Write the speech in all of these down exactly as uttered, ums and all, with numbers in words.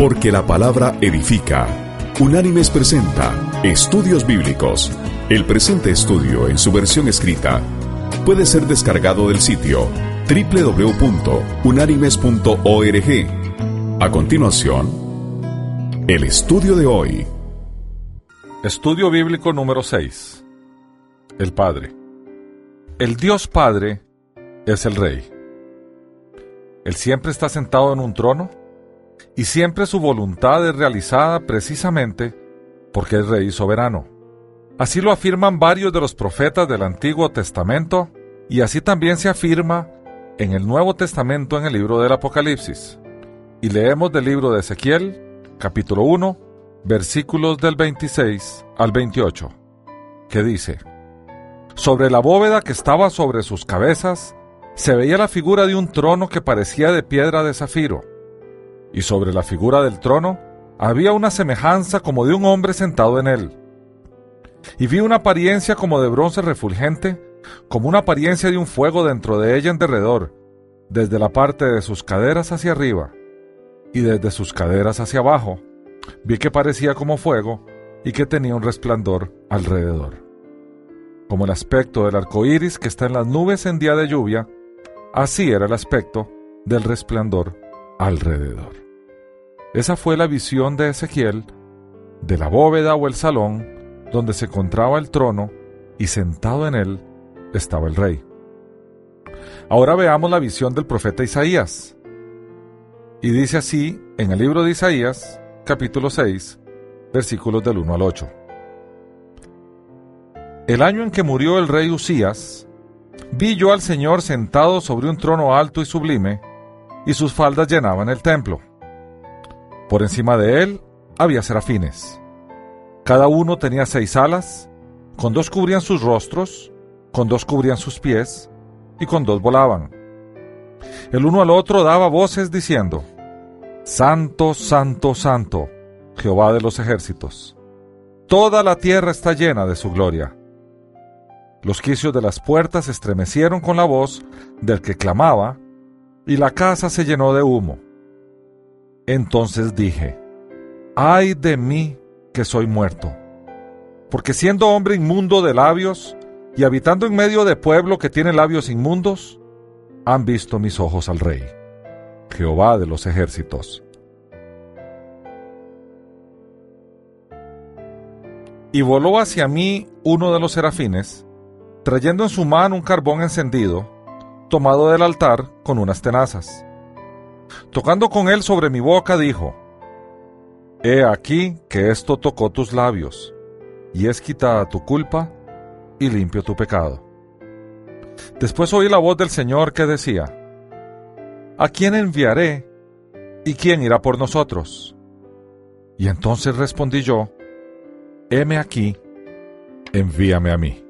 Porque la palabra edifica. Unánimes presenta Estudios Bíblicos. El presente estudio en su versión escrita puede ser descargado del sitio doble u doble u doble u punto unánimes punto org. A continuación, el estudio de hoy. Estudio bíblico número seis. El Padre. El Dios Padre es el Rey. Él siempre está sentado en un trono y siempre su voluntad es realizada precisamente porque es Rey soberano. Así lo afirman varios de los profetas del Antiguo Testamento y así también se afirma en el Nuevo Testamento en el libro del Apocalipsis. Y leemos del libro de Ezequiel, capítulo uno, versículos del veintiséis al veintiocho, que dice: Sobre la bóveda que estaba sobre sus cabezas se veía la figura de un trono que parecía de piedra de zafiro, y sobre la figura del trono había una semejanza como de un hombre sentado en él. Y vi una apariencia como de bronce refulgente, como una apariencia de un fuego dentro de ella en derredor, desde la parte de sus caderas hacia arriba, y desde sus caderas hacia abajo. Vi que parecía como fuego, y que tenía un resplandor alrededor. Como el aspecto del arco iris que está en las nubes en día de lluvia, así era el aspecto del resplandor alrededor. Esa fue la visión de Ezequiel de la bóveda o el salón donde se encontraba el trono y sentado en él estaba el rey. Ahora veamos la visión del profeta Isaías. Y dice así en el libro de Isaías, capítulo seis, versículos del uno al ocho. El año en que murió el rey Usías, vi yo al Señor sentado sobre un trono alto y sublime, y sus faldas llenaban el templo. Por encima de él había serafines. Cada uno tenía seis alas, con dos cubrían sus rostros, con dos cubrían sus pies, y con dos volaban. El uno al otro daba voces diciendo: Santo, santo, santo, Jehová de los ejércitos. Toda la tierra está llena de su gloria. Los quicios de las puertas se estremecieron con la voz del que clamaba, y la casa se llenó de humo. Entonces dije: ¡ay de mí, que soy muerto! Porque siendo hombre inmundo de labios, y habitando en medio de pueblo que tiene labios inmundos, han visto mis ojos al Rey, Jehová de los ejércitos. Y voló hacia mí uno de los serafines, trayendo en su mano un carbón encendido, tomado del altar con unas tenazas. Tocando con él sobre mi boca, dijo: He aquí que esto tocó tus labios, y es quitada tu culpa, y limpio tu pecado. Después oí la voz del Señor que decía: ¿A quién enviaré, y quién irá por nosotros? Y entonces respondí yo: heme aquí, envíame a mí.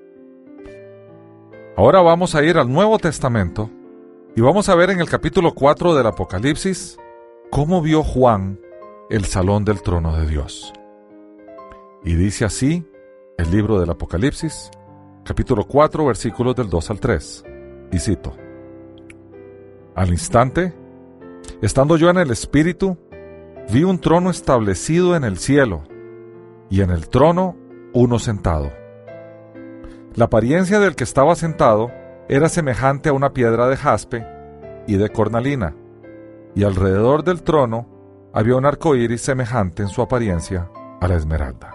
Ahora vamos a ir al Nuevo Testamento, y vamos a ver en el capítulo cuatro del Apocalipsis cómo vio Juan el salón del trono de Dios. Y dice así el libro del Apocalipsis, capítulo cuatro, versículos del dos al tres, y cito: Al instante, estando yo en el Espíritu, vi un trono establecido en el cielo, y en el trono uno sentado. La apariencia del que estaba sentado era semejante a una piedra de jaspe y de cornalina, y alrededor del trono había un arco iris semejante en su apariencia a la esmeralda.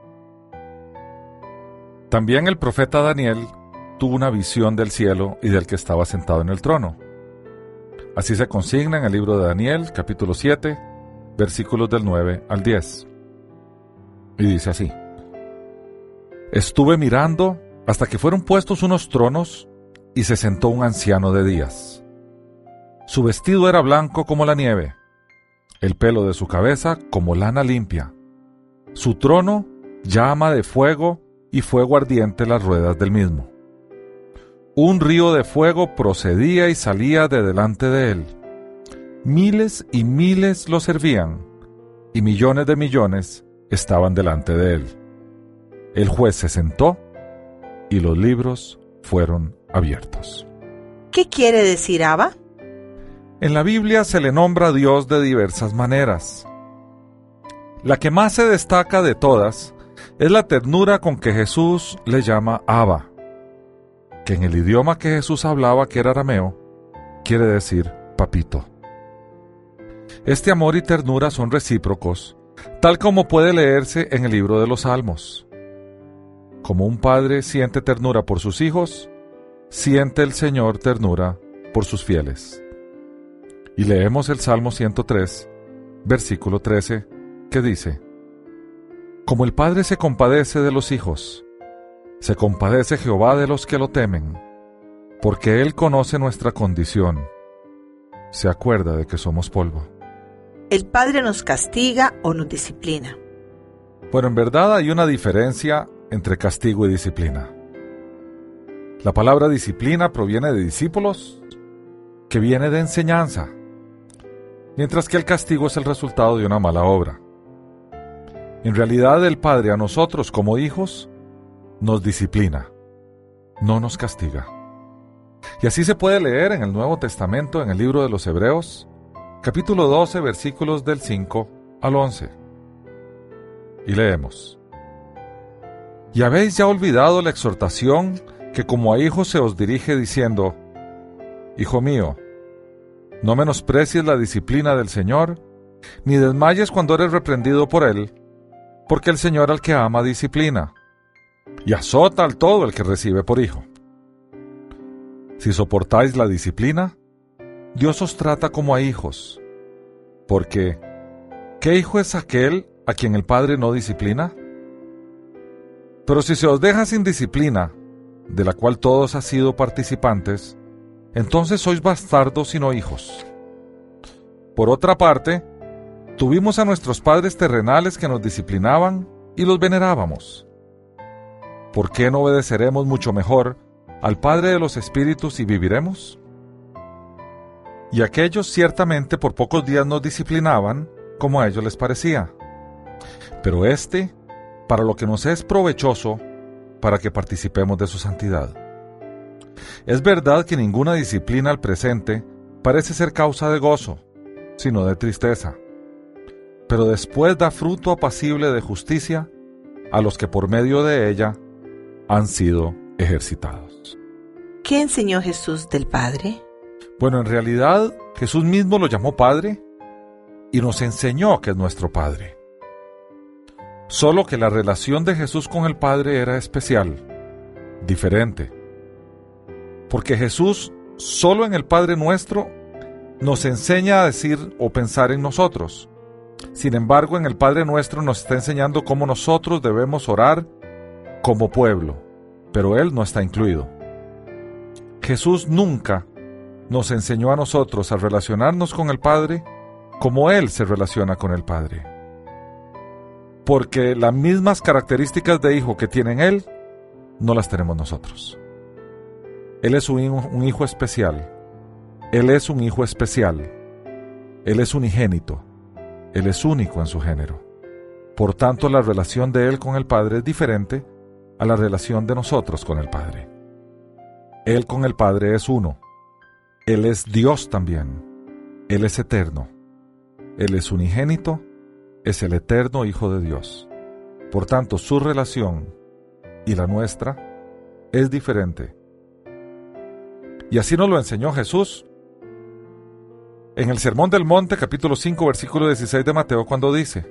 También el profeta Daniel tuvo una visión del cielo y del que estaba sentado en el trono. Así se consigna en el libro de Daniel, capítulo siete, versículos del nueve al diez. Y dice así: Estuve mirando hasta que fueron puestos unos tronos, y se sentó un anciano de días. Su vestido era blanco como la nieve, el pelo de su cabeza como lana limpia. Su trono llama de fuego, y fuego ardiente las ruedas del mismo. Un río de fuego procedía y salía de delante de él. Miles y miles lo servían, y millones de millones estaban delante de él. El juez se sentó, y los libros fueron abiertos. ¿Qué quiere decir Abba? En la Biblia se le nombra a Dios de diversas maneras. La que más se destaca de todas es la ternura con que Jesús le llama Abba, que en el idioma que Jesús hablaba, que era arameo, quiere decir papito. Este amor y ternura son recíprocos, tal como puede leerse en el libro de los Salmos. Como un padre siente ternura por sus hijos, siente el Señor ternura por sus fieles. Y leemos el Salmo ciento tres, versículo trece, que dice: Como el Padre se compadece de los hijos, se compadece Jehová de los que lo temen, porque Él conoce nuestra condición, se acuerda de que somos polvo. ¿El Padre nos castiga o nos disciplina? Bueno, en verdad hay una diferencia entre castigo y disciplina. La palabra disciplina proviene de discípulos, que viene de enseñanza, mientras que el castigo es el resultado de una mala obra. En realidad, el Padre a nosotros como hijos nos disciplina, no nos castiga. Y así se puede leer en el Nuevo Testamento, en el libro de los Hebreos, capítulo doce, versículos del cinco al once. Y leemos: Y habéis ya olvidado la exhortación que como a hijos se os dirige diciendo: Hijo mío, no menosprecies la disciplina del Señor, ni desmayes cuando eres reprendido por Él, porque el Señor al que ama disciplina, y azota al todo el que recibe por hijo. Si soportáis la disciplina, Dios os trata como a hijos, porque ¿qué hijo es aquel a quien el Padre no disciplina? Pero si se os deja sin disciplina, de la cual todos han sido participantes, entonces sois bastardos y no hijos. Por otra parte, tuvimos a nuestros padres terrenales que nos disciplinaban y los venerábamos. ¿Por qué no obedeceremos mucho mejor al Padre de los Espíritus y viviremos? Y aquellos ciertamente por pocos días nos disciplinaban, como a ellos les parecía. Pero éste, para lo que nos es provechoso, para que participemos de su santidad. Es verdad que ninguna disciplina al presente parece ser causa de gozo, sino de tristeza. Pero después da fruto apacible de justicia a los que por medio de ella han sido ejercitados. ¿Qué enseñó Jesús del Padre? Bueno, en realidad Jesús mismo lo llamó Padre y nos enseñó que es nuestro Padre. Solo que la relación de Jesús con el Padre era especial, diferente. Porque Jesús, solo en el Padre nuestro, nos enseña a decir o pensar en nosotros. Sin embargo, en el Padre nuestro nos está enseñando cómo nosotros debemos orar como pueblo, pero Él no está incluido. Jesús nunca nos enseñó a nosotros a relacionarnos con el Padre como Él se relaciona con el Padre. Porque las mismas características de hijo que tiene Él, no las tenemos nosotros. Él es un hijo, un hijo especial. Él es un hijo especial. Él es unigénito. Él es único en su género. Por tanto, la relación de Él con el Padre es diferente a la relación de nosotros con el Padre. Él con el Padre es uno. Él es Dios también. Él es eterno. Él es unigénito. Es el eterno Hijo de Dios. Por tanto, su relación y la nuestra es diferente. Y así nos lo enseñó Jesús en el Sermón del Monte, capítulo cinco, versículo dieciséis de Mateo, cuando dice: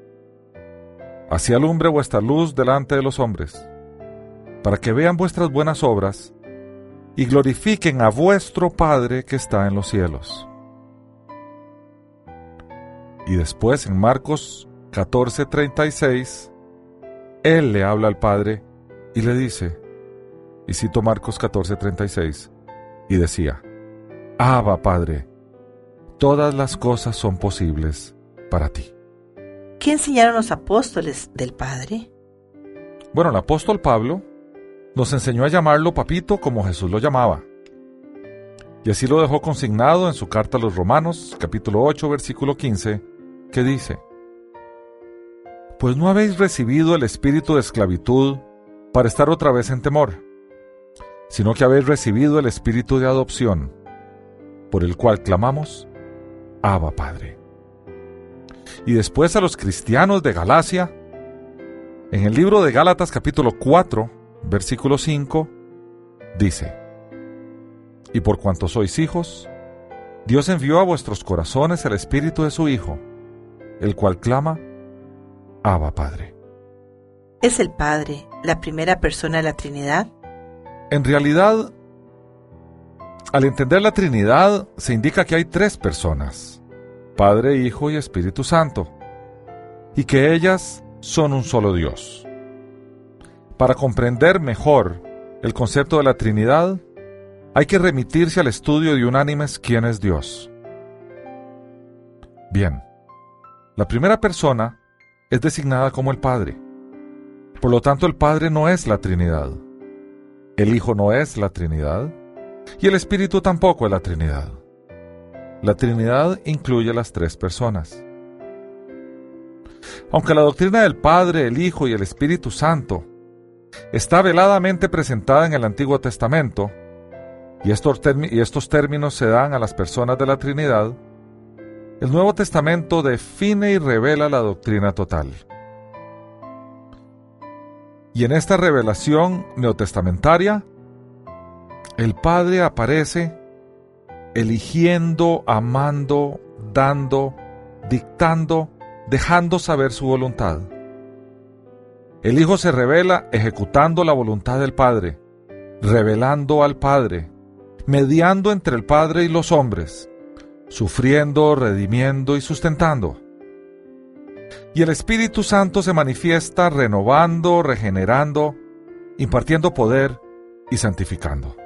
Así alumbre vuestra luz delante de los hombres, para que vean vuestras buenas obras y glorifiquen a vuestro Padre que está en los cielos. Y después en Marcos catorce, treinta y seis, Él le habla al Padre y le dice, y cito Marcos catorce, treinta y seis, y decía: Abba, Padre, todas las cosas son posibles para ti. ¿Qué enseñaron los apóstoles del Padre? Bueno, el apóstol Pablo nos enseñó a llamarlo papito como Jesús lo llamaba. Y así lo dejó consignado en su carta a los Romanos, capítulo ocho, versículo quince, que dice: Pues no habéis recibido el espíritu de esclavitud para estar otra vez en temor, sino que habéis recibido el espíritu de adopción, por el cual clamamos: Abba, Padre. Y después a los cristianos de Galacia, en el libro de Gálatas capítulo cuatro, versículo cinco, dice: Y por cuanto sois hijos, Dios envió a vuestros corazones el Espíritu de su Hijo, el cual clama: Abba, Padre. ¿Es el Padre la primera persona de la Trinidad? En realidad, al entender la Trinidad, se indica que hay tres personas: Padre, Hijo y Espíritu Santo, y que ellas son un solo Dios. Para comprender mejor el concepto de la Trinidad, hay que remitirse al estudio de unánimes quién es Dios. Bien, la primera persona es designada como el Padre. Por lo tanto, el Padre no es la Trinidad, el Hijo no es la Trinidad, y el Espíritu tampoco es la Trinidad. La Trinidad incluye las tres personas. Aunque la doctrina del Padre, el Hijo y el Espíritu Santo está veladamente presentada en el Antiguo Testamento, y estos, term- y estos términos se dan a las personas de la Trinidad, el Nuevo Testamento define y revela la doctrina total. Y en esta revelación neotestamentaria, el Padre aparece eligiendo, amando, dando, dictando, dejando saber su voluntad. El Hijo se revela ejecutando la voluntad del Padre, revelando al Padre, mediando entre el Padre y los hombres, sufriendo, redimiendo y sustentando. Y el Espíritu Santo se manifiesta renovando, regenerando, impartiendo poder y santificando.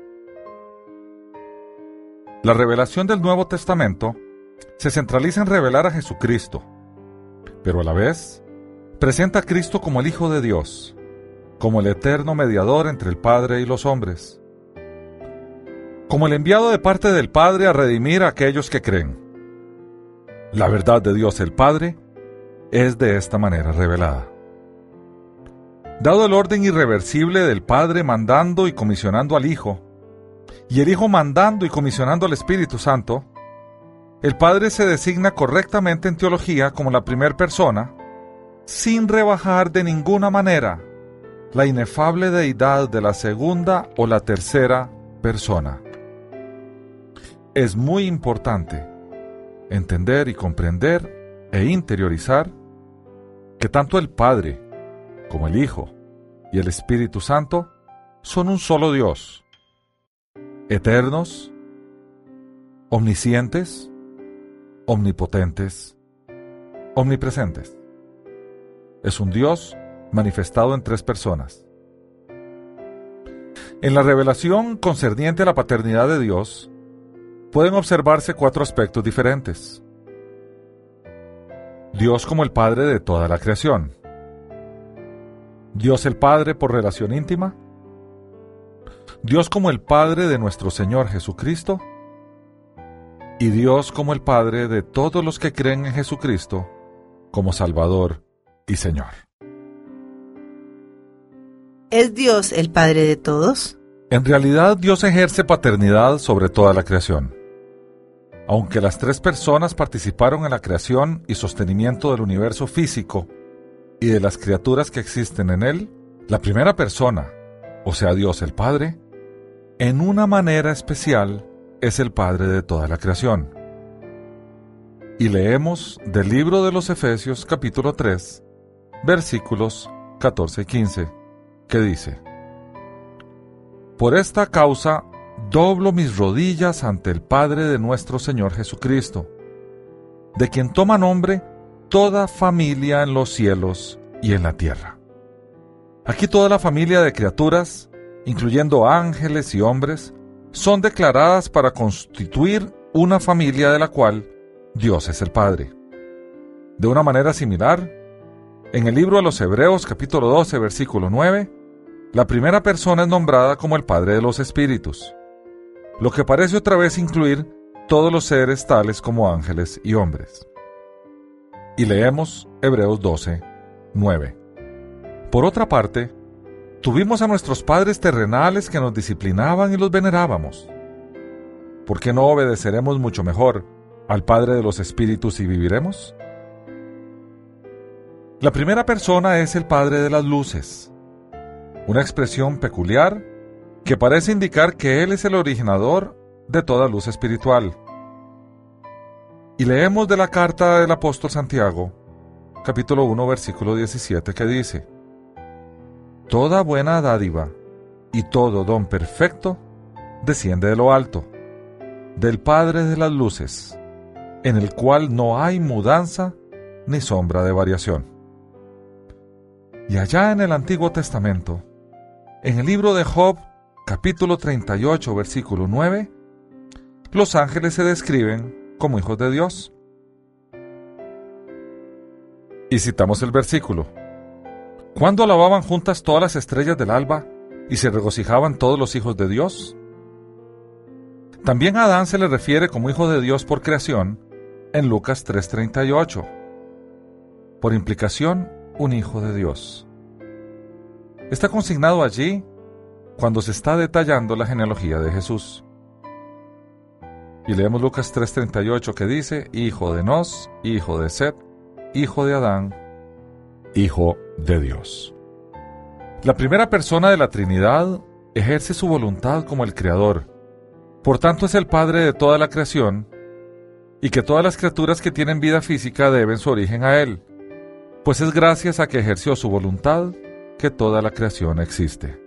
La revelación del Nuevo Testamento se centraliza en revelar a Jesucristo, pero a la vez presenta a Cristo como el Hijo de Dios, como el eterno mediador entre el Padre y los hombres, como el enviado de parte del Padre a redimir a aquellos que creen. La verdad de Dios el Padre es de esta manera revelada. Dado el orden irreversible del Padre mandando y comisionando al Hijo, y el Hijo mandando y comisionando al Espíritu Santo, el Padre se designa correctamente en teología como la primera persona, sin rebajar de ninguna manera la inefable deidad de la segunda o la tercera persona. Es muy importante entender y comprender e interiorizar que tanto el Padre como el Hijo y el Espíritu Santo son un solo Dios, eternos, omniscientes, omnipotentes, omnipresentes. Es un Dios manifestado en tres personas. En la revelación concerniente a la paternidad de Dios, pueden observarse cuatro aspectos diferentes. Dios como el Padre de toda la creación. Dios el Padre por relación íntima. Dios como el Padre de nuestro Señor Jesucristo. Y Dios como el Padre de todos los que creen en Jesucristo como Salvador y Señor. ¿Es Dios el Padre de todos? En realidad, Dios ejerce paternidad sobre toda la creación. Aunque las tres personas participaron en la creación y sostenimiento del universo físico y de las criaturas que existen en él, la primera persona, o sea Dios el Padre, en una manera especial es el Padre de toda la creación. Y leemos del libro de los Efesios capítulo tres, versículos catorce y quince, que dice: Por esta causa doblo mis rodillas ante el Padre de nuestro Señor Jesucristo, de quien toma nombre toda familia en los cielos y en la tierra. Aquí toda la familia de criaturas, incluyendo ángeles y hombres, son declaradas para constituir una familia de la cual Dios es el Padre. De una manera similar, en el libro de los Hebreos capítulo doce, versículo nueve, la primera persona es nombrada como el Padre de los Espíritus, lo que parece otra vez incluir todos los seres tales como ángeles y hombres. Y leemos Hebreos doce, nueve. Por otra parte, tuvimos a nuestros padres terrenales que nos disciplinaban y los venerábamos. ¿Por qué no obedeceremos mucho mejor al Padre de los Espíritus y viviremos? La primera persona es el Padre de las luces, una expresión peculiar que parece indicar que Él es el originador de toda luz espiritual. Y leemos de la carta del apóstol Santiago, capítulo uno, versículo diecisiete, que dice: Toda buena dádiva y todo don perfecto desciende de lo alto, del Padre de las luces, en el cual no hay mudanza ni sombra de variación. Y allá en el Antiguo Testamento, en el libro de Job, capítulo treinta y ocho, versículo nueve, los ángeles se describen como hijos de Dios. Y citamos el versículo: ¿Cuándo alababan juntas todas las estrellas del alba y se regocijaban todos los hijos de Dios? También a Adán se le refiere como hijo de Dios por creación en Lucas tres treinta y ocho. Por implicación, un hijo de Dios. Está consignado allí cuando se está detallando la genealogía de Jesús. Y leemos Lucas tres treinta y ocho, que dice: hijo de Nos, hijo de Set, hijo de Adán, hijo de Dios. La primera persona de la Trinidad ejerce su voluntad como el Creador. Por tanto, es el Padre de toda la creación, y que todas las criaturas que tienen vida física deben su origen a Él, pues es gracias a que ejerció su voluntad que toda la creación existe.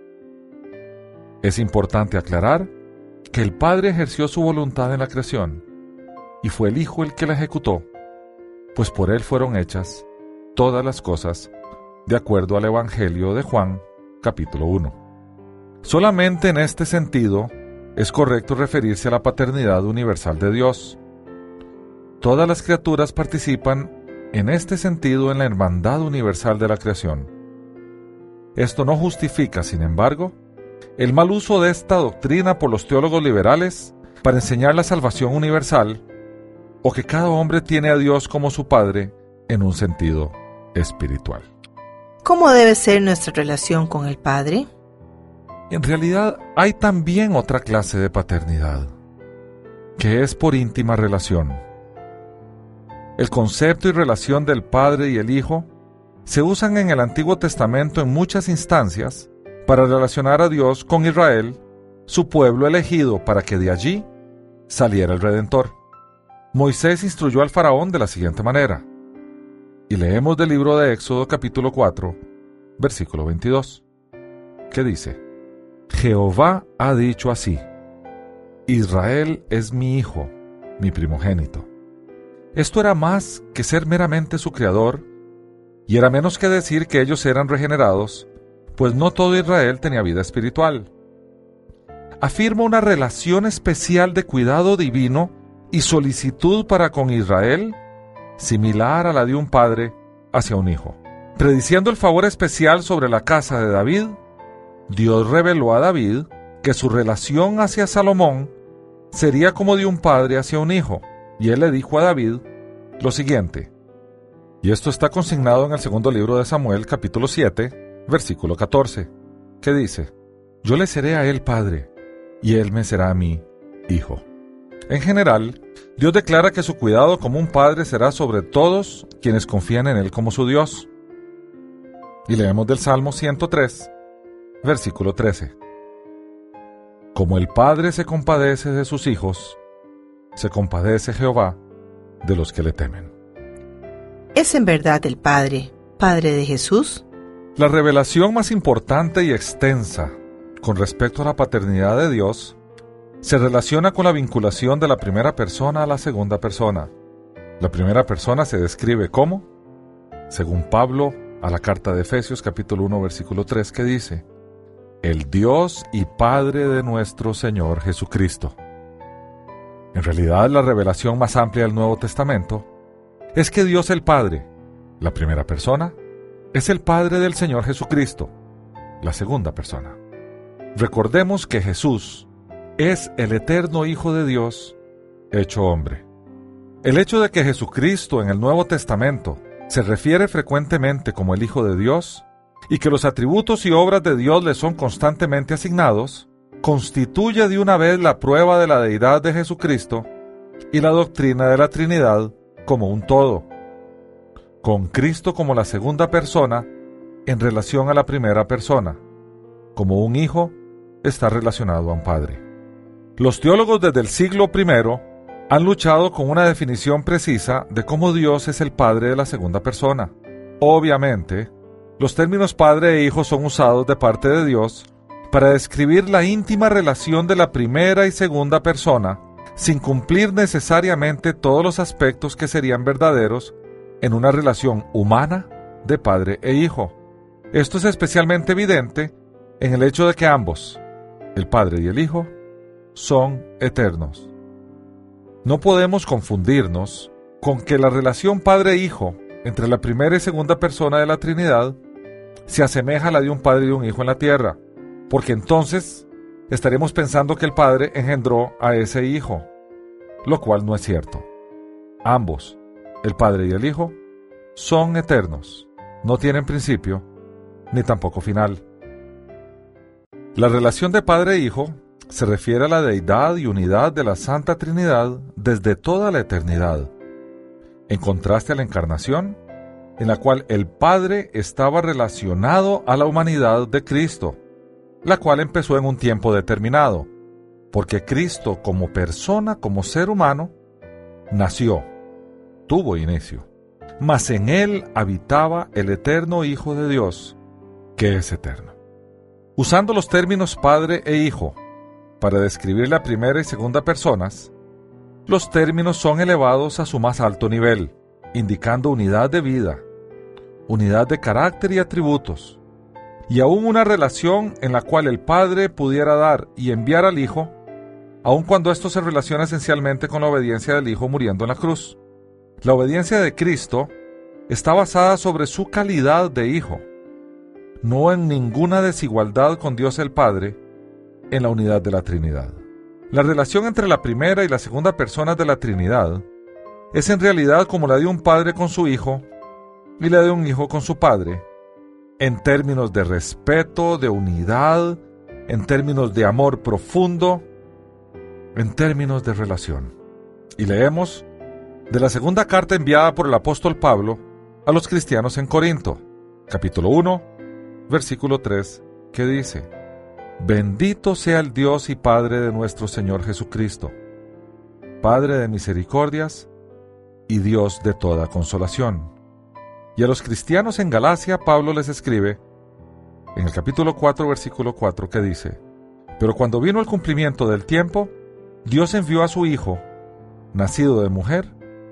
Es importante aclarar que el Padre ejerció su voluntad en la creación, y fue el Hijo el que la ejecutó, pues por Él fueron hechas todas las cosas, de acuerdo al Evangelio de Juan, capítulo uno. Solamente en este sentido es correcto referirse a la paternidad universal de Dios. Todas las criaturas participan en este sentido en la hermandad universal de la creación. Esto no justifica, sin embargo, el mal uso de esta doctrina por los teólogos liberales para enseñar la salvación universal, o que cada hombre tiene a Dios como su Padre en un sentido espiritual. ¿Cómo debe ser nuestra relación con el Padre? En realidad hay también otra clase de paternidad, que es por íntima relación. El concepto y relación del Padre y el Hijo se usan en el Antiguo Testamento en muchas instancias para relacionar a Dios con Israel, su pueblo elegido para que de allí saliera el Redentor. Moisés instruyó al faraón de la siguiente manera, y leemos del libro de Éxodo capítulo cuatro, versículo veintidós, que dice: Jehová ha dicho así: Israel es mi hijo, mi primogénito. Esto era más que ser meramente su creador, y era menos que decir que ellos eran regenerados, pues no todo Israel tenía vida espiritual. Afirma una relación especial de cuidado divino y solicitud para con Israel, similar a la de un padre hacia un hijo. Prediciendo el favor especial sobre la casa de David, Dios reveló a David que su relación hacia Salomón sería como de un padre hacia un hijo, y él le dijo a David lo siguiente, y esto está consignado en el segundo libro de Samuel, capítulo siete, versículo catorce, que dice: Yo le seré a él padre, y él me será a mí hijo. En general, Dios declara que su cuidado como un padre será sobre todos quienes confían en él como su Dios. Y leemos del Salmo ciento tres, versículo trece. Como el Padre se compadece de sus hijos, se compadece Jehová de los que le temen. ¿Es en verdad el Padre, Padre de Jesús? La revelación más importante y extensa con respecto a la paternidad de Dios se relaciona con la vinculación de la primera persona a la segunda persona. La primera persona se describe como, según Pablo a la carta de Efesios capítulo uno versículo tres, que dice: el Dios y Padre de nuestro Señor Jesucristo. En realidad, la revelación más amplia del Nuevo Testamento es que Dios el Padre, la primera persona, es el Padre del Señor Jesucristo, la segunda persona. Recordemos que Jesús es el eterno Hijo de Dios hecho hombre. El hecho de que Jesucristo en el Nuevo Testamento se refiere frecuentemente como el Hijo de Dios y que los atributos y obras de Dios le son constantemente asignados, constituye de una vez la prueba de la deidad de Jesucristo y la doctrina de la Trinidad como un todo, con Cristo como la segunda persona en relación a la primera persona, como un hijo está relacionado a un padre. Los teólogos desde el siglo primero han luchado con una definición precisa de cómo Dios es el Padre de la segunda persona. Obviamente, los términos Padre e Hijo son usados de parte de Dios para describir la íntima relación de la primera y segunda persona, sin cumplir necesariamente todos los aspectos que serían verdaderos en una relación humana de padre e hijo. Esto es especialmente evidente en el hecho de que ambos, el Padre y el Hijo, son eternos. No podemos confundirnos con que la relación padre-hijo entre la primera y segunda persona de la Trinidad se asemeja a la de un padre y un hijo en la tierra, porque entonces estaremos pensando que el Padre engendró a ese hijo, lo cual no es cierto. Ambos, el Padre y el Hijo, son eternos, no tienen principio ni tampoco final. La relación de Padre e Hijo se refiere a la deidad y unidad de la Santa Trinidad desde toda la eternidad, en contraste a la encarnación, en la cual el Padre estaba relacionado a la humanidad de Cristo, la cual empezó en un tiempo determinado, porque Cristo como persona, como ser humano, nació, tuvo inicio, mas en él habitaba el eterno Hijo de Dios, que es eterno. Usando los términos Padre e Hijo para describir la primera y segunda personas, los términos son elevados a su más alto nivel, indicando unidad de vida, unidad de carácter y atributos, y aún una relación en la cual el Padre pudiera dar y enviar al Hijo, aun cuando esto se relaciona esencialmente con la obediencia del Hijo muriendo en la cruz. La obediencia de Cristo está basada sobre su calidad de Hijo, no en ninguna desigualdad con Dios el Padre en la unidad de la Trinidad. La relación entre la primera y la segunda persona de la Trinidad es en realidad como la de un padre con su hijo y la de un hijo con su padre, en términos de respeto, de unidad, en términos de amor profundo, en términos de relación. Y leemos de la segunda carta enviada por el apóstol Pablo a los cristianos en Corinto, capítulo uno, versículo tres, que dice: Bendito sea el Dios y Padre de nuestro Señor Jesucristo, Padre de misericordias y Dios de toda consolación. Y a los cristianos en Galacia, Pablo les escribe en el capítulo cuatro, versículo cuatro, que dice: Pero cuando vino el cumplimiento del tiempo, Dios envió a su Hijo, nacido de mujer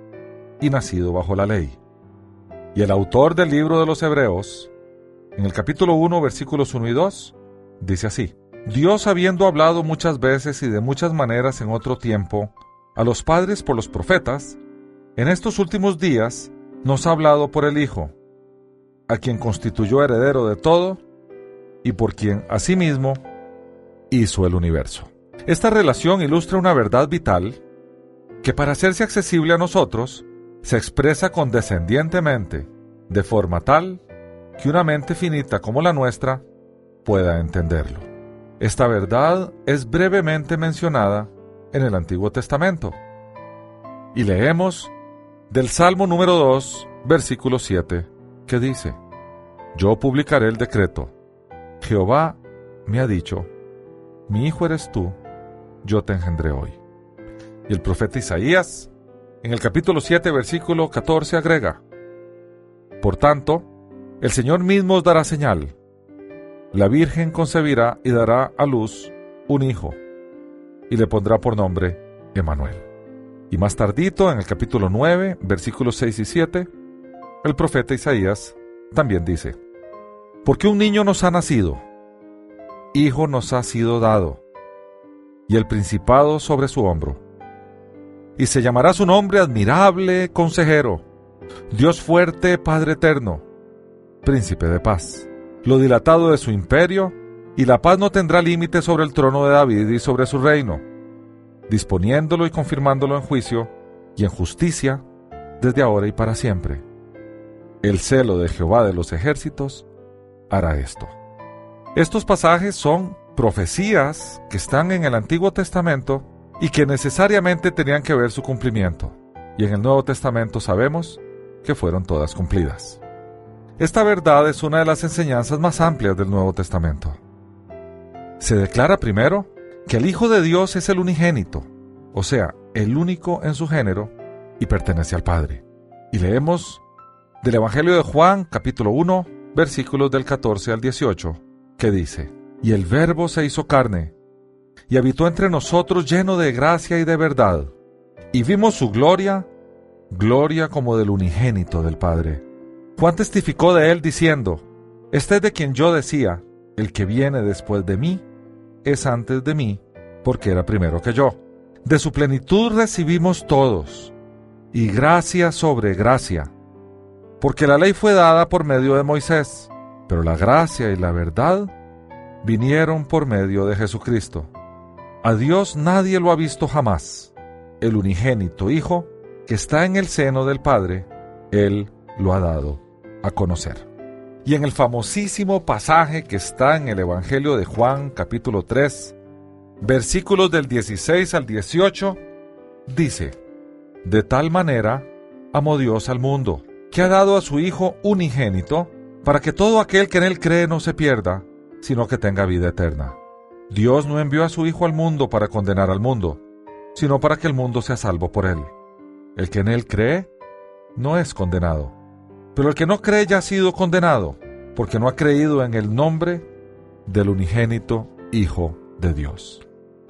y nacido bajo la ley. Y el autor del libro de los Hebreos, en el capítulo uno, versículos uno y dos, dice así: Dios, habiendo hablado muchas veces y de muchas maneras en otro tiempo a los padres por los profetas, en estos últimos días nos ha hablado por el Hijo, a quien constituyó heredero de todo y por quien asimismo hizo el universo. Esta relación ilustra una verdad vital que, para hacerse accesible a nosotros, se expresa condescendientemente, de forma tal que una mente finita como la nuestra pueda entenderlo. Esta verdad es brevemente mencionada en el Antiguo Testamento. Y leemos del Salmo número dos, versículo siete, que dice: Yo publicaré el decreto. Jehová me ha dicho: Mi hijo eres tú, yo te engendré hoy. Y el profeta Isaías, en el capítulo siete, versículo catorce, agrega: Por tanto, el Señor mismo os dará señal. La Virgen concebirá y dará a luz un hijo, y le pondrá por nombre Emmanuel. Y más tardito, en el capítulo nueve, versículos seis y siete, el profeta Isaías también dice: Porque un niño nos ha nacido, hijo nos ha sido dado, y el principado sobre su hombro. Y se llamará su nombre Admirable Consejero, Dios fuerte, Padre eterno, Príncipe de paz. Lo dilatado de su imperio, y la paz no tendrá límite sobre el trono de David y sobre su reino, disponiéndolo y confirmándolo en juicio y en justicia desde ahora y para siempre. El celo de Jehová de los ejércitos hará esto. Estos pasajes son profecías que están en el Antiguo Testamento y que necesariamente tenían que ver su cumplimiento, y en el Nuevo Testamento sabemos que fueron todas cumplidas. Esta verdad es una de las enseñanzas más amplias del Nuevo Testamento. Se declara primero que el Hijo de Dios es el unigénito, o sea, el único en su género, y pertenece al Padre. Y leemos del Evangelio de Juan, capítulo uno, versículos del catorce al dieciocho, que dice: Y el Verbo se hizo carne, y habitó entre nosotros lleno de gracia y de verdad, y vimos su gloria, gloria como del unigénito del Padre. Juan testificó de él diciendo: Este es de quien yo decía, el que viene después de mí, es antes de mí, porque era primero que yo. De su plenitud recibimos todos, y gracia sobre gracia, porque la ley fue dada por medio de Moisés, pero la gracia y la verdad vinieron por medio de Jesucristo. A Dios nadie lo ha visto jamás. El unigénito Hijo, que está en el seno del Padre, Él lo ha dado a conocer. Y en el famosísimo pasaje que está en el Evangelio de Juan, capítulo tres, versículos del dieciséis al dieciocho, dice: De tal manera amó Dios al mundo, que ha dado a su Hijo unigénito, para que todo aquel que en Él cree no se pierda, sino que tenga vida eterna. Dios no envió a su Hijo al mundo para condenar al mundo, sino para que el mundo sea salvo por Él. El que en Él cree, no es condenado. Pero el que no cree ya ha sido condenado, porque no ha creído en el nombre del unigénito Hijo de Dios.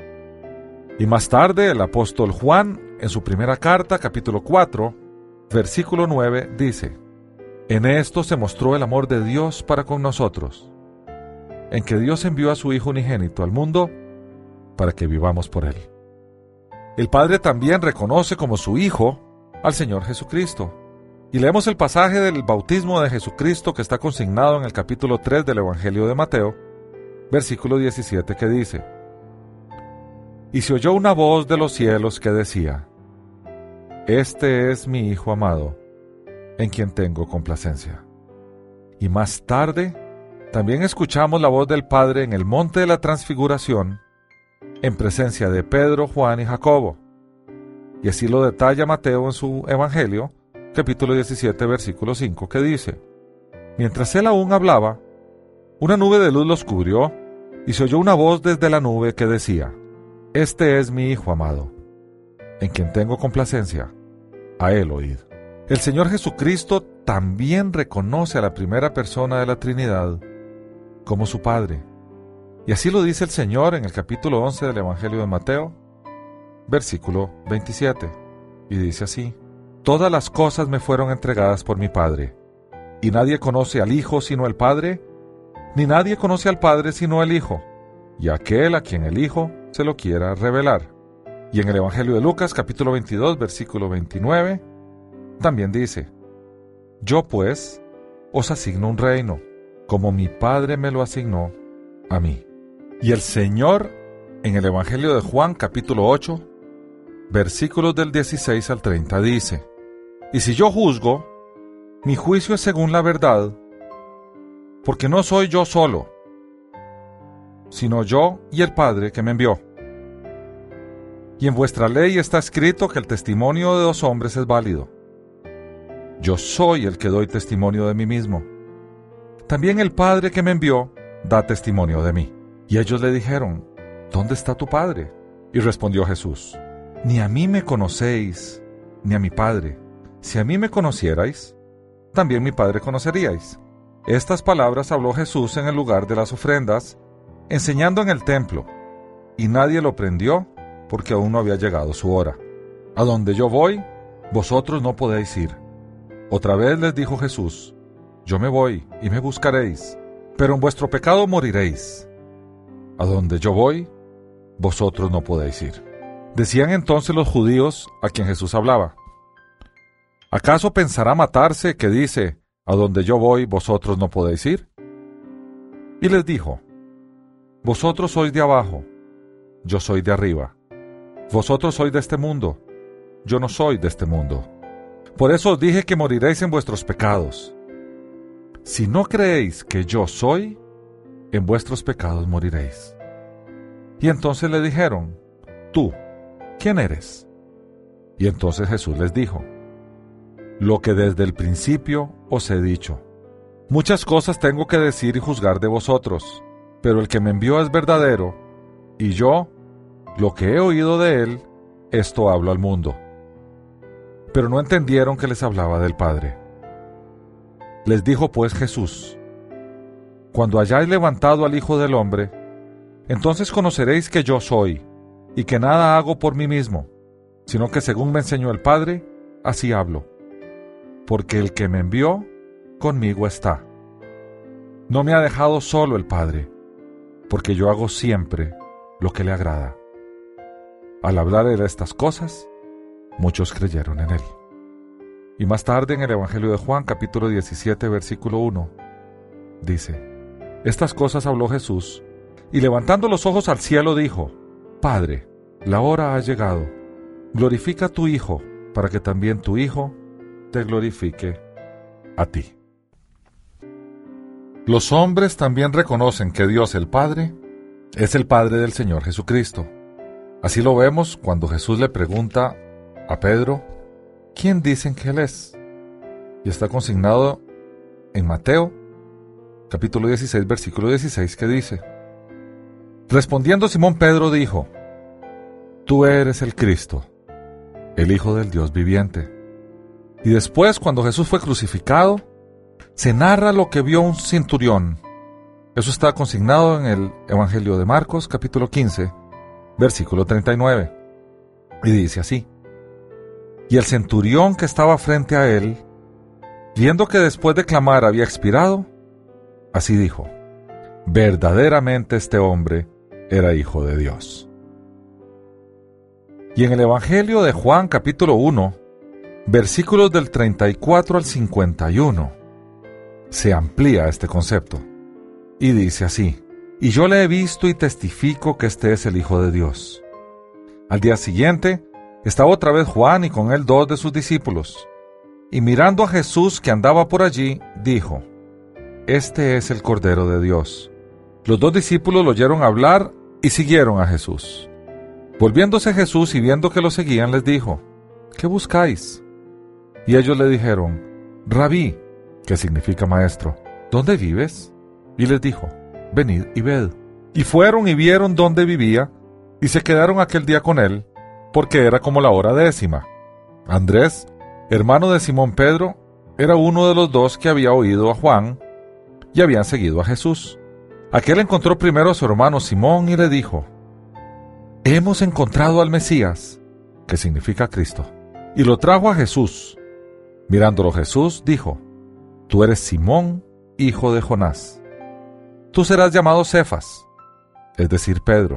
Y más tarde, el apóstol Juan, en su primera carta, capítulo cuatro, versículo nueve, dice: En esto se mostró el amor de Dios para con nosotros, en que Dios envió a su Hijo unigénito al mundo para que vivamos por Él. El Padre también reconoce como su Hijo al Señor Jesucristo. Y leemos el pasaje del bautismo de Jesucristo que está consignado en el capítulo tres del Evangelio de Mateo, versículo diecisiete, que dice: Y se oyó una voz de los cielos que decía: Este es mi Hijo amado, en quien tengo complacencia. Y más tarde, también escuchamos la voz del Padre en el monte de la Transfiguración, en presencia de Pedro, Juan y Jacobo. Y así lo detalla Mateo en su Evangelio, capítulo diecisiete, versículo cinco, que dice: Mientras él aún hablaba, una nube de luz los cubrió, y se oyó una voz desde la nube que decía: Este es mi Hijo amado, en quien tengo complacencia, a él oíd. El Señor Jesucristo también reconoce a la primera persona de la Trinidad como su Padre. Y así lo dice el Señor en el capítulo once del Evangelio de Mateo, versículo veintisiete, y dice así: Todas las cosas me fueron entregadas por mi Padre, y nadie conoce al Hijo sino el Padre, ni nadie conoce al Padre sino el Hijo, y aquel a quien el Hijo se lo quiera revelar. Y en el Evangelio de Lucas, capítulo veintidós, versículo veintinueve, también dice: Yo pues os asigno un reino, como mi Padre me lo asignó a mí. Y el Señor, en el Evangelio de Juan, capítulo ocho, versículos del dieciséis al treinta, dice: Y si yo juzgo, mi juicio es según la verdad, porque no soy yo solo, sino yo y el Padre que me envió. Y en vuestra ley está escrito que el testimonio de dos hombres es válido. Yo soy el que doy testimonio de mí mismo. También el Padre que me envió da testimonio de mí. Y ellos le dijeron: ¿Dónde está tu Padre? Y respondió Jesús: Ni a mí me conocéis, ni a mi Padre. Si a mí me conocierais, también mi Padre conoceríais. Estas palabras habló Jesús en el lugar de las ofrendas, enseñando en el templo, y nadie lo prendió, porque aún no había llegado su hora. A donde yo voy, vosotros no podéis ir. Otra vez les dijo Jesús: Yo me voy, y me buscaréis, pero en vuestro pecado moriréis. A donde yo voy, vosotros no podéis ir. Decían entonces los judíos a quien Jesús hablaba: ¿Acaso pensará matarse que dice: a donde yo voy, vosotros no podéis ir? Y les dijo: Vosotros sois de abajo, yo soy de arriba. Vosotros sois de este mundo, yo no soy de este mundo. Por eso os dije que moriréis en vuestros pecados. Si no creéis que yo soy, en vuestros pecados moriréis. Y entonces le dijeron: Tú, ¿quién eres? Y entonces Jesús les dijo: lo que desde el principio os he dicho. Muchas cosas tengo que decir y juzgar de vosotros, pero el que me envió es verdadero, y yo, lo que he oído de él, esto hablo al mundo. Pero no entendieron que les hablaba del Padre. Les dijo pues Jesús: cuando hayáis levantado al Hijo del Hombre, entonces conoceréis que yo soy, y que nada hago por mí mismo, sino que según me enseñó el Padre, así hablo. Porque el que me envió, conmigo está. No me ha dejado solo el Padre, porque yo hago siempre lo que le agrada. Al hablar de estas cosas, muchos creyeron en él. Y más tarde en el Evangelio de Juan, capítulo diecisiete, versículo uno, dice: estas cosas habló Jesús, y levantando los ojos al cielo dijo: Padre, la hora ha llegado. Glorifica a tu Hijo, para que también tu Hijo te glorifique a ti. Los hombres también reconocen que Dios el Padre es el Padre del Señor Jesucristo. Así lo vemos cuando Jesús le pregunta a Pedro: ¿quién dicen que Él es? Y está consignado en Mateo, capítulo dieciséis, versículo dieciséis, que dice: respondiendo Simón Pedro dijo: tú eres el Cristo, el Hijo del Dios viviente. Y después, cuando Jesús fue crucificado, se narra lo que vio un centurión. Eso está consignado en el Evangelio de Marcos, capítulo quince, versículo treinta y nueve. Y dice así: y el centurión que estaba frente a él, viendo que después de clamar había expirado, así dijo: verdaderamente este hombre era Hijo de Dios. Y en el Evangelio de Juan, capítulo uno, versículos del treinta y cuatro al cincuenta y uno, se amplía este concepto. Y dice así: y yo le he visto y testifico que este es el Hijo de Dios. Al día siguiente, estaba otra vez Juan y con él dos de sus discípulos. Y mirando a Jesús que andaba por allí, dijo: este es el Cordero de Dios. Los dos discípulos lo oyeron hablar y siguieron a Jesús. Volviéndose Jesús y viendo que lo seguían, les dijo: ¿qué buscáis? Y ellos le dijeron: Rabí, que significa maestro, ¿dónde vives? Y les dijo: venid y ved. Y fueron y vieron dónde vivía, y se quedaron aquel día con él, porque era como la hora décima. Andrés, hermano de Simón Pedro, era uno de los dos que había oído a Juan y habían seguido a Jesús. Aquel encontró primero a su hermano Simón y le dijo: hemos encontrado al Mesías, que significa Cristo. Y lo trajo a Jesús. Mirándolo Jesús dijo: tú eres Simón, hijo de Jonás. Tú serás llamado Cefas, es decir, Pedro.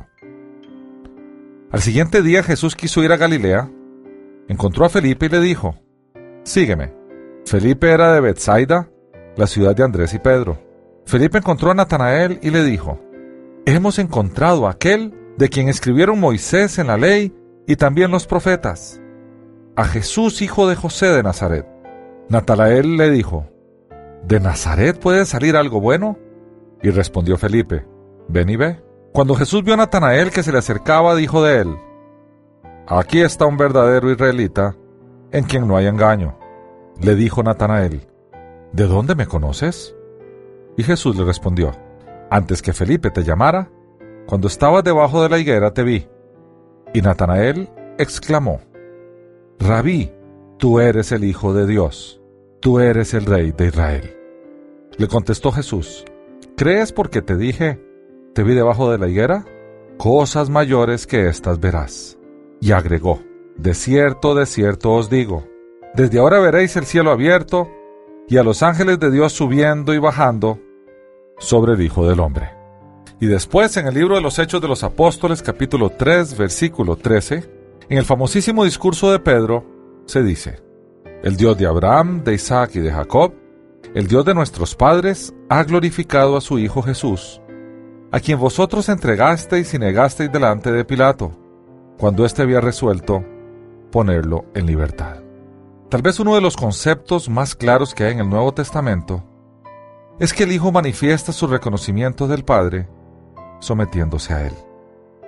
Al siguiente día Jesús quiso ir a Galilea. Encontró a Felipe y le dijo: sígueme. Felipe era de Betsaida, la ciudad de Andrés y Pedro. Felipe encontró a Natanael y le dijo: hemos encontrado a aquel de quien escribieron Moisés en la ley y también los profetas, a Jesús, hijo de José de Nazaret. Natanael le dijo: ¿de Nazaret puede salir algo bueno? Y respondió Felipe: ven y ve. Cuando Jesús vio a Natanael que se le acercaba, dijo de él: aquí está un verdadero israelita, en quien no hay engaño. Le dijo Natanael: ¿de dónde me conoces? Y Jesús le respondió: antes que Felipe te llamara, cuando estabas debajo de la higuera te vi. Y Natanael exclamó: Rabí, tú eres el Hijo de Dios, tú eres el Rey de Israel. Le contestó Jesús: ¿crees porque te dije, te vi debajo de la higuera? Cosas mayores que estas verás. Y agregó: de cierto, de cierto os digo, desde ahora veréis el cielo abierto y a los ángeles de Dios subiendo y bajando sobre el Hijo del Hombre. Y después, en el libro de los Hechos de los Apóstoles, capítulo tres, versículo trece, en el famosísimo discurso de Pedro, se dice: el Dios de Abraham, de Isaac y de Jacob, el Dios de nuestros padres, ha glorificado a su Hijo Jesús, a quien vosotros entregasteis y negasteis delante de Pilato, cuando éste había resuelto ponerlo en libertad. Tal vez uno de los conceptos más claros que hay en el Nuevo Testamento es que el Hijo manifiesta su reconocimiento del Padre sometiéndose a Él.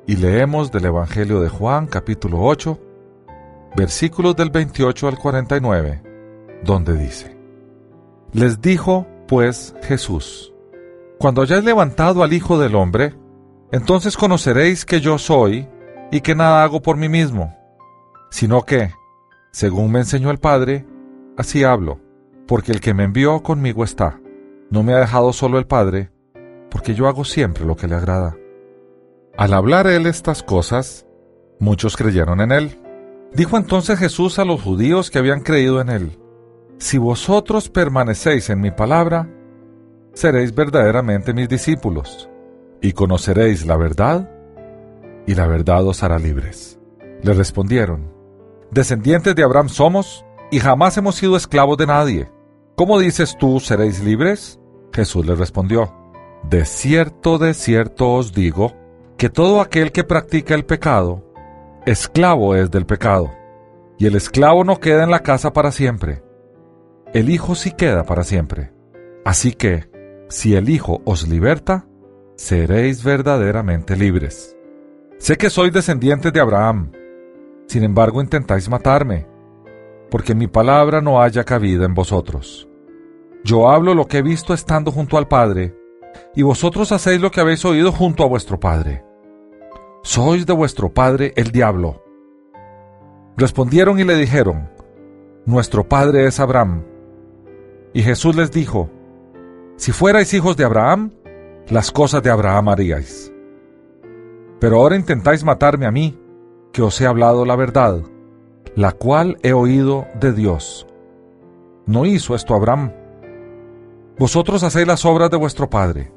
y leemos del Evangelio de Juan, capítulo ocho, versículos del veintiocho al cuarenta y nueve, donde dice: Les dijo, pues, Jesús: Cuando hayáis levantado al Hijo del Hombre, entonces conoceréis que yo soy, y que nada hago por mí mismo, sino que, según me enseñó el Padre, así hablo, porque el que me envió conmigo está. No me ha dejado solo el Padre, porque yo hago siempre lo que le agrada. Al hablar él estas cosas, muchos creyeron en él. Dijo entonces Jesús a los judíos que habían creído en él: Si vosotros permanecéis en mi palabra, seréis verdaderamente mis discípulos, y conoceréis la verdad, y la verdad os hará libres. Le respondieron: Descendientes de Abraham somos, y jamás hemos sido esclavos de nadie. ¿Cómo dices tú, seréis libres? Jesús les respondió: De cierto, de cierto os digo, que todo aquel que practica el pecado, esclavo es del pecado. Y el esclavo no queda en la casa para siempre. El Hijo sí queda para siempre. Así que, si el Hijo os liberta, seréis verdaderamente libres. Sé que sois descendientes de Abraham. Sin embargo, intentáis matarme, porque mi palabra no haya cabida en vosotros. Yo hablo lo que he visto estando junto al Padre, y vosotros hacéis lo que habéis oído junto a vuestro padre. Sois de vuestro padre el diablo. Respondieron y le dijeron: Nuestro padre es Abraham. Y Jesús les dijo: Si fuerais hijos de Abraham, las cosas de Abraham haríais. Pero ahora intentáis matarme a mí, que os he hablado la verdad, la cual he oído de Dios. ¿No hizo esto Abraham? Vosotros hacéis las obras de vuestro padre.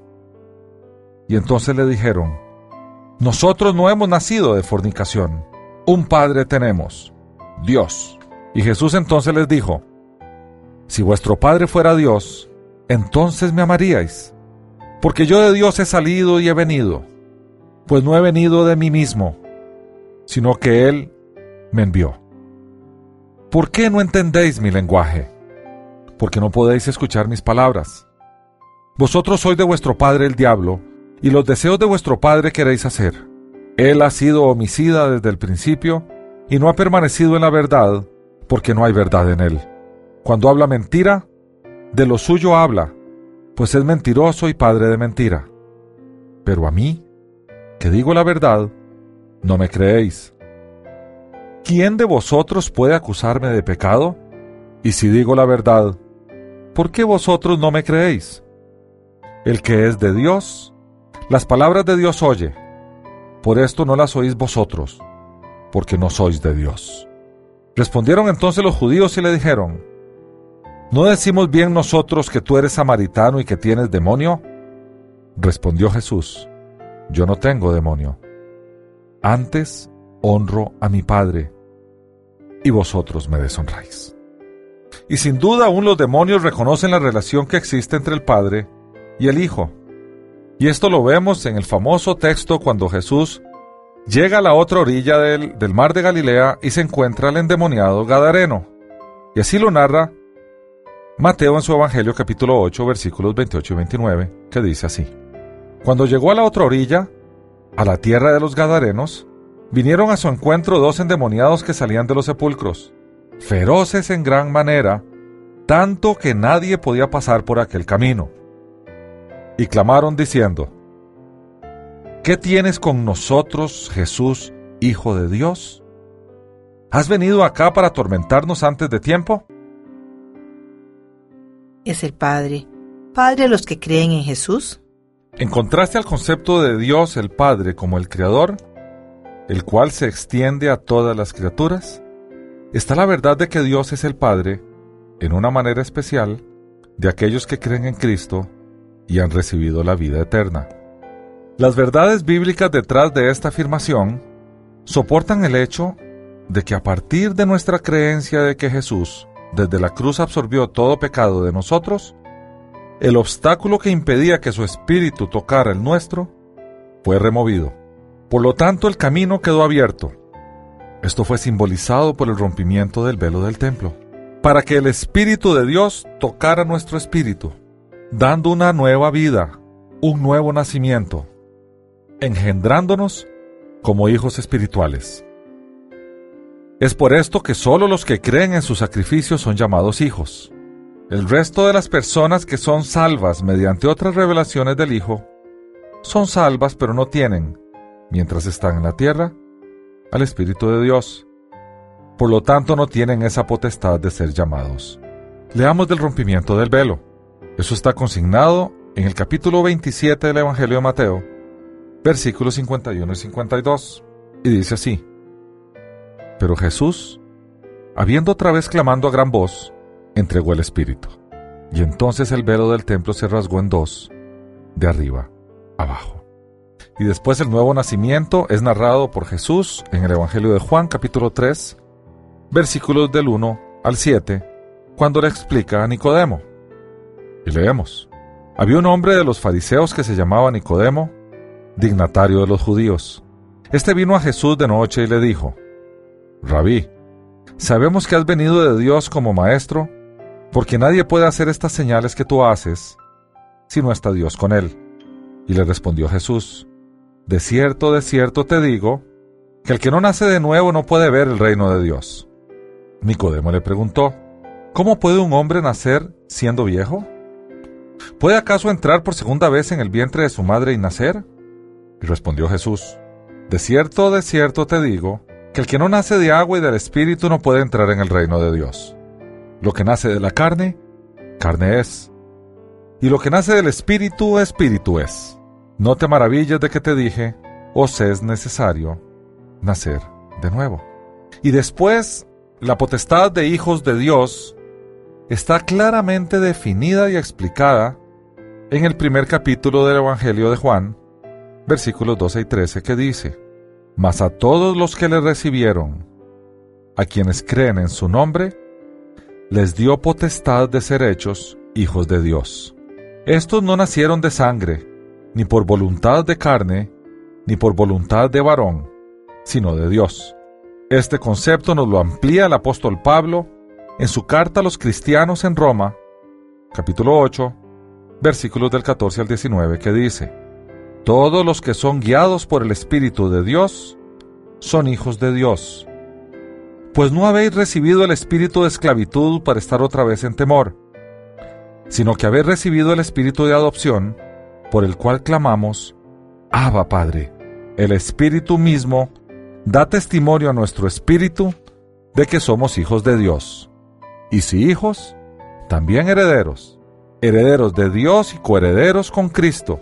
Y entonces le dijeron: Nosotros no hemos nacido de fornicación. Un padre tenemos, Dios. Y Jesús entonces les dijo: Si vuestro padre fuera Dios, entonces me amaríais, porque yo de Dios he salido y he venido, pues no he venido de mí mismo, sino que Él me envió. ¿Por qué no entendéis mi lenguaje? Porque no podéis escuchar mis palabras. Vosotros sois de vuestro padre el diablo, y los deseos de vuestro padre queréis hacer. Él ha sido homicida desde el principio, y no ha permanecido en la verdad, porque no hay verdad en él. Cuando habla mentira, de lo suyo habla, pues es mentiroso y padre de mentira. Pero a mí, que digo la verdad, no me creéis. ¿Quién de vosotros puede acusarme de pecado? Y si digo la verdad, ¿por qué vosotros no me creéis? El que es de Dios, las palabras de Dios oye. Por esto no las oís vosotros, porque no sois de Dios. Respondieron entonces los judíos y le dijeron: ¿No decimos bien nosotros que tú eres samaritano y que tienes demonio? Respondió Jesús: Yo no tengo demonio. Antes honro a mi Padre, y vosotros me deshonráis. Y sin duda aún los demonios reconocen la relación que existe entre el Padre y el Hijo. Y esto lo vemos en el famoso texto cuando Jesús llega a la otra orilla del, del mar de Galilea y se encuentra al endemoniado Gadareno. Y así lo narra Mateo en su Evangelio capítulo ocho, versículos veintiocho y veintinueve, que dice así: Cuando llegó a la otra orilla, a la tierra de los Gadarenos, vinieron a su encuentro dos endemoniados que salían de los sepulcros, feroces en gran manera, tanto que nadie podía pasar por aquel camino. Y clamaron diciendo: ¿Qué tienes con nosotros, Jesús, Hijo de Dios? ¿Has venido acá para atormentarnos antes de tiempo? ¿Es el Padre, Padre de los que creen en Jesús? En contraste al concepto de Dios el Padre como el Creador, el cual se extiende a todas las criaturas, está la verdad de que Dios es el Padre, en una manera especial, de aquellos que creen en Cristo y han recibido la vida eterna. Las verdades bíblicas detrás de esta afirmación soportan el hecho de que a partir de nuestra creencia de que Jesús desde la cruz absorbió todo pecado de nosotros, el obstáculo que impedía que su espíritu tocara el nuestro fue removido. Por lo tanto, el camino quedó abierto. Esto fue simbolizado por el rompimiento del velo del templo, para que el Espíritu de Dios tocara nuestro espíritu, dando una nueva vida, un nuevo nacimiento, engendrándonos como hijos espirituales. Es por esto que solo los que creen en su sacrificio son llamados hijos. El resto de las personas que son salvas mediante otras revelaciones del Hijo, son salvas pero no tienen, mientras están en la tierra, al Espíritu de Dios. Por lo tanto no tienen esa potestad de ser llamados. Leamos del rompimiento del velo. Eso está consignado en el capítulo veintisiete del Evangelio de Mateo, versículos cincuenta y uno y cincuenta y dos, y dice así: Pero Jesús, habiendo otra vez clamando a gran voz, entregó el Espíritu. Y entonces el velo del templo se rasgó en dos, de arriba abajo. Y después el nuevo nacimiento es narrado por Jesús en el Evangelio de Juan, capítulo tres, versículos del uno al siete, cuando le explica a Nicodemo. Y leemos: Había un hombre de los fariseos que se llamaba Nicodemo, dignatario de los judíos. Este vino a Jesús de noche y le dijo: Rabí, sabemos que has venido de Dios como maestro, porque nadie puede hacer estas señales que tú haces, si no está Dios con él. Y le respondió Jesús: De cierto, de cierto te digo, que el que no nace de nuevo no puede ver el reino de Dios. Nicodemo le preguntó: ¿Cómo puede un hombre nacer siendo viejo? ¿Puede acaso entrar por segunda vez en el vientre de su madre y nacer? Y respondió Jesús: De cierto, de cierto te digo, que el que no nace de agua y del Espíritu no puede entrar en el reino de Dios. Lo que nace de la carne, carne es. Y lo que nace del Espíritu, Espíritu es. No te maravilles de que te dije, os es necesario nacer de nuevo. Y después, la potestad de hijos de Dios está claramente definida y explicada en el primer capítulo del Evangelio de Juan, versículos doce y trece, que dice: Mas a todos los que le recibieron, a quienes creen en su nombre, les dio potestad de ser hechos hijos de Dios. Estos no nacieron de sangre, ni por voluntad de carne, ni por voluntad de varón, sino de Dios. Este concepto nos lo amplía el apóstol Pablo en su carta a los cristianos en Roma, capítulo ocho, versículos del catorce al diecinueve, que dice: Todos los que son guiados por el Espíritu de Dios son hijos de Dios. Pues no habéis recibido el espíritu de esclavitud para estar otra vez en temor, sino que habéis recibido el espíritu de adopción, por el cual clamamos: Abba, Padre. El Espíritu mismo da testimonio a nuestro espíritu de que somos hijos de Dios. Y si hijos, también herederos, herederos de Dios y coherederos con Cristo,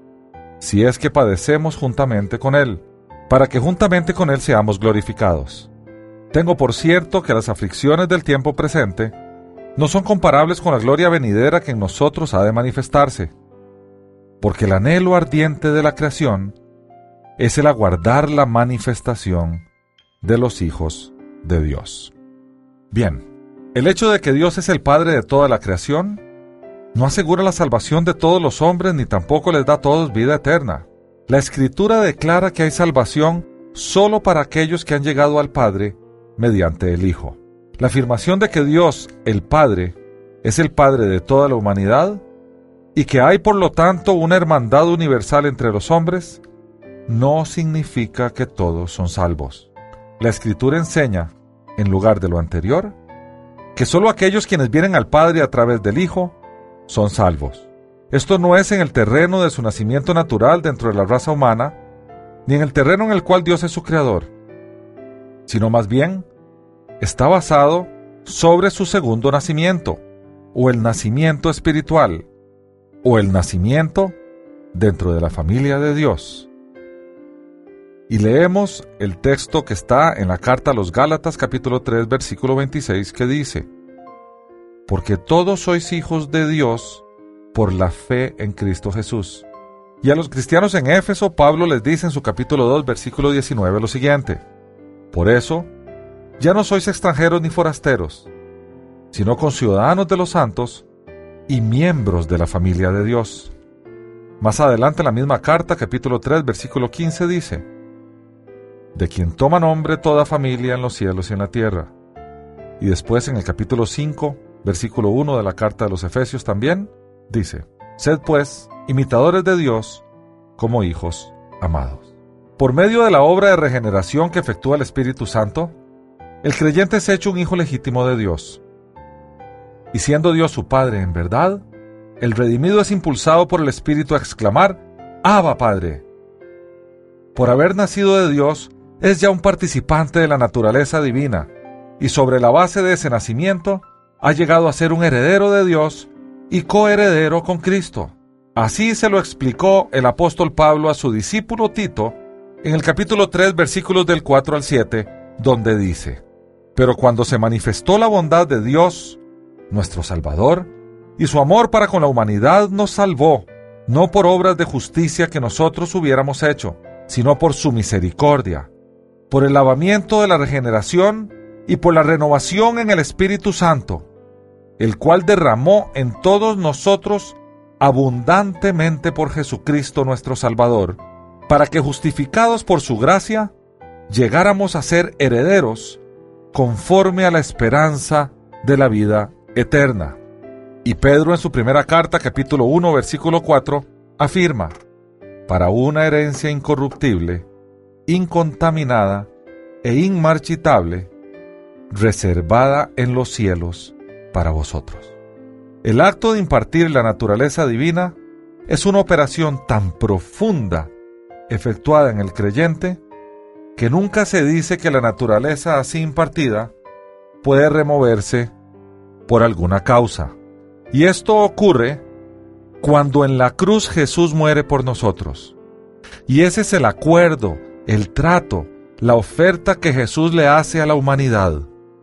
si es que padecemos juntamente con Él, para que juntamente con Él seamos glorificados. Tengo por cierto que las aflicciones del tiempo presente no son comparables con la gloria venidera que en nosotros ha de manifestarse, porque el anhelo ardiente de la creación es el aguardar la manifestación de los hijos de Dios. Bien, el hecho de que Dios es el Padre de toda la creación no asegura la salvación de todos los hombres ni tampoco les da a todos vida eterna. La Escritura declara que hay salvación solo para aquellos que han llegado al Padre mediante el Hijo. La afirmación de que Dios, el Padre, es el Padre de toda la humanidad y que hay por lo tanto una hermandad universal entre los hombres, no significa que todos son salvos. La Escritura enseña, en lugar de lo anterior, que solo aquellos quienes vienen al Padre a través del Hijo son salvos. Esto no es en el terreno de su nacimiento natural dentro de la raza humana, ni en el terreno en el cual Dios es su creador, sino más bien está basado sobre su segundo nacimiento, o el nacimiento espiritual, o el nacimiento dentro de la familia de Dios. Y leemos el texto que está en la carta a los Gálatas capítulo tres versículo veintiséis, que dice: Porque todos sois hijos de Dios por la fe en Cristo Jesús. Y a los cristianos en Éfeso, Pablo les dice en su capítulo dos versículo diecinueve lo siguiente: Por eso, ya no sois extranjeros ni forasteros, sino conciudadanos de los santos y miembros de la familia de Dios. Más adelante en la misma carta, capítulo tres, versículo quince, dice: De quien toma nombre toda familia en los cielos y en la tierra. Y después en el capítulo cinco, versículo uno de la carta de los Efesios también, dice: Sed pues imitadores de Dios como hijos amados. Por medio de la obra de regeneración que efectúa el Espíritu Santo, el creyente es hecho un hijo legítimo de Dios. Y siendo Dios su Padre en verdad, el redimido es impulsado por el Espíritu a exclamar: ¡Abba, Padre! Por haber nacido de Dios, es ya un participante de la naturaleza divina, y sobre la base de ese nacimiento, ha llegado a ser un heredero de Dios y coheredero con Cristo. Así se lo explicó el apóstol Pablo a su discípulo Tito en el capítulo tres, versículos del cuatro al siete, donde dice: Pero cuando se manifestó la bondad de Dios, nuestro Salvador, y su amor para con la humanidad, nos salvó, no por obras de justicia que nosotros hubiéramos hecho, sino por su misericordia, por el lavamiento de la regeneración y por la renovación en el Espíritu Santo, el cual derramó en todos nosotros abundantemente por Jesucristo nuestro Salvador, para que justificados por su gracia, llegáramos a ser herederos conforme a la esperanza de la vida eterna. Y Pedro en su primera carta, capítulo uno, versículo cuatro, afirma: para una herencia incorruptible, incontaminada e inmarchitable, reservada en los cielos para vosotros. El acto de impartir la naturaleza divina es una operación tan profunda efectuada en el creyente que nunca se dice que la naturaleza así impartida puede removerse por alguna causa. Y esto ocurre cuando en la cruz Jesús muere por nosotros. Y ese es el acuerdo, el trato, la oferta que Jesús le hace a la humanidad.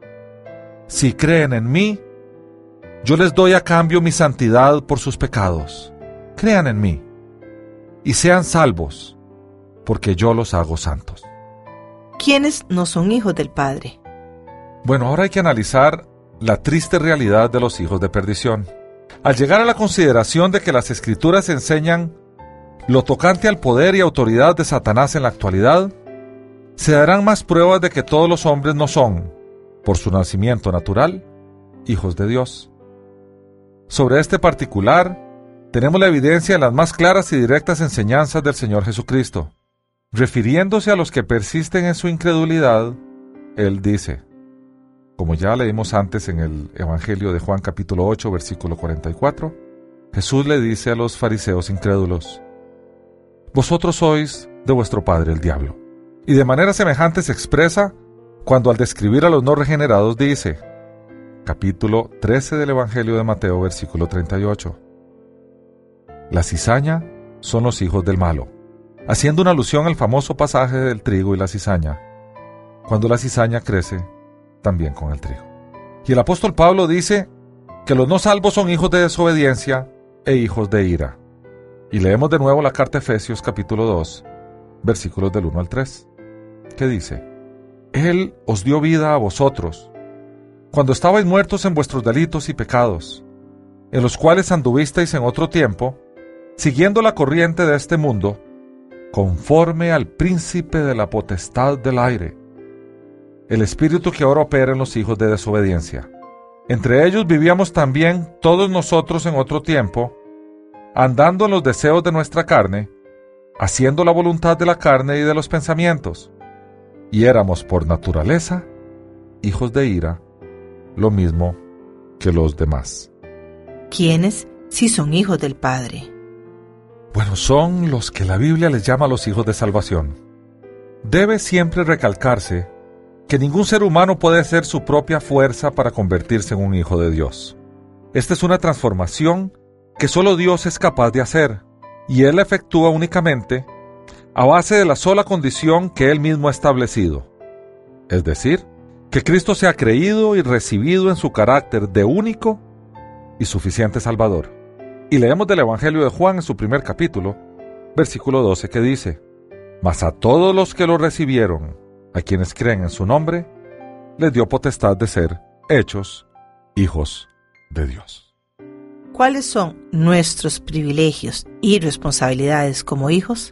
Si creen en mí, yo les doy a cambio mi santidad por sus pecados. Crean en mí y sean salvos, porque yo los hago santos. ¿Quiénes no son hijos del Padre? Bueno, ahora hay que analizar la triste realidad de los hijos de perdición. Al llegar a la consideración de que las Escrituras enseñan lo tocante al poder y autoridad de Satanás en la actualidad, se darán más pruebas de que todos los hombres no son, por su nacimiento natural, hijos de Dios. Sobre este particular, tenemos la evidencia en las más claras y directas enseñanzas del Señor Jesucristo. Refiriéndose a los que persisten en su incredulidad, Él dice, como ya leímos antes en el Evangelio de Juan capítulo ocho, versículo cuarenta y cuatro, Jesús le dice a los fariseos incrédulos: vosotros sois de vuestro padre el diablo. Y de manera semejante se expresa cuando al describir a los no regenerados dice, capítulo trece del Evangelio de Mateo, versículo treinta y ocho, la cizaña son los hijos del malo, haciendo una alusión al famoso pasaje del trigo y la cizaña, cuando la cizaña crece también con el trigo. Y el apóstol Pablo dice que los no salvos son hijos de desobediencia e hijos de ira. Y leemos de nuevo la carta a Efesios capítulo dos, versículos del uno al tres, que dice: Él os dio vida a vosotros, cuando estabais muertos en vuestros delitos y pecados, en los cuales anduvisteis en otro tiempo, siguiendo la corriente de este mundo, conforme al príncipe de la potestad del aire, el espíritu que ahora opera en los hijos de desobediencia. Entre ellos vivíamos también todos nosotros en otro tiempo, andando en los deseos de nuestra carne, haciendo la voluntad de la carne y de los pensamientos, y éramos por naturaleza hijos de ira, lo mismo que los demás. ¿Quiénes sí son hijos del Padre? Bueno, son los que la Biblia les llama los hijos de salvación. Debe siempre recalcarse que ningún ser humano puede hacer su propia fuerza para convertirse en un hijo de Dios. Esta es una transformación que solo Dios es capaz de hacer, y Él la efectúa únicamente a base de la sola condición que Él mismo ha establecido, es decir, que Cristo sea creído y recibido en su carácter de único y suficiente Salvador. Y leemos del Evangelio de Juan en su primer capítulo, versículo doce, que dice: Mas a todos los que lo recibieron, a quienes creen en su nombre, les dio potestad de ser hechos hijos de Dios. ¿Cuáles son nuestros privilegios y responsabilidades como hijos?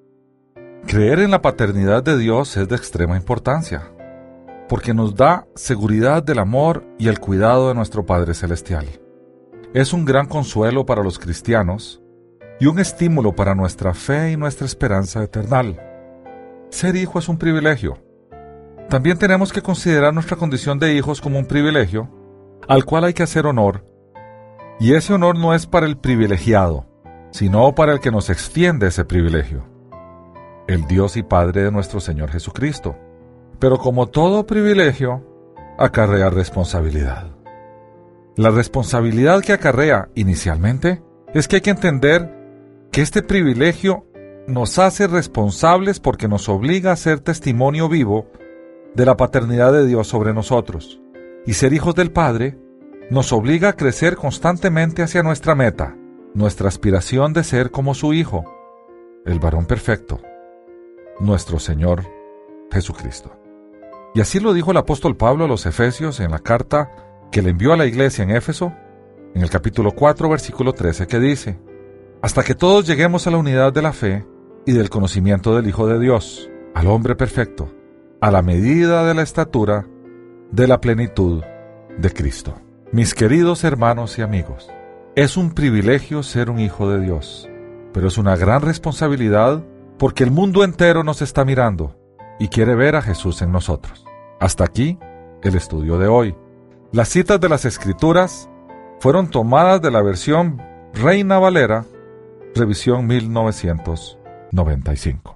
Creer en la paternidad de Dios es de extrema importancia, porque nos da seguridad del amor y el cuidado de nuestro Padre Celestial. Es un gran consuelo para los cristianos y un estímulo para nuestra fe y nuestra esperanza eternal. ser hijo es un privilegio. También tenemos que considerar nuestra condición de hijos como un privilegio, al cual hay que hacer honor, y ese honor no es para el privilegiado, sino para el que nos extiende ese privilegio, el Dios y Padre de nuestro Señor Jesucristo. Pero como todo privilegio, acarrea responsabilidad. La responsabilidad que acarrea inicialmente es que hay que entender que este privilegio nos hace responsables porque nos obliga a ser testimonio vivo de la paternidad de Dios sobre nosotros. Y ser hijos del Padre nos obliga a crecer constantemente hacia nuestra meta, nuestra aspiración de ser como su Hijo, el varón perfecto, nuestro Señor Jesucristo. Y así lo dijo el apóstol Pablo a los Efesios en la carta que le envió a la iglesia en Éfeso, en el capítulo cuatro, versículo trece, que dice: hasta que todos lleguemos a la unidad de la fe y del conocimiento del Hijo de Dios, al hombre perfecto, a la medida de la estatura de la plenitud de Cristo. Mis queridos hermanos y amigos, es un privilegio ser un hijo de Dios, pero es una gran responsabilidad porque el mundo entero nos está mirando y quiere ver a Jesús en nosotros. Hasta aquí el estudio de hoy. Las citas de las Escrituras fueron tomadas de la versión Reina Valera, revisión mil novecientos noventa y cinco.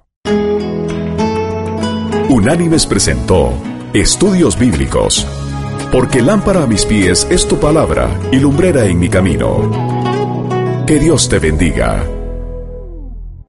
Unánimes presentó Estudios Bíblicos, porque lámpara a mis pies es tu palabra y lumbrera en mi camino. Que Dios te bendiga.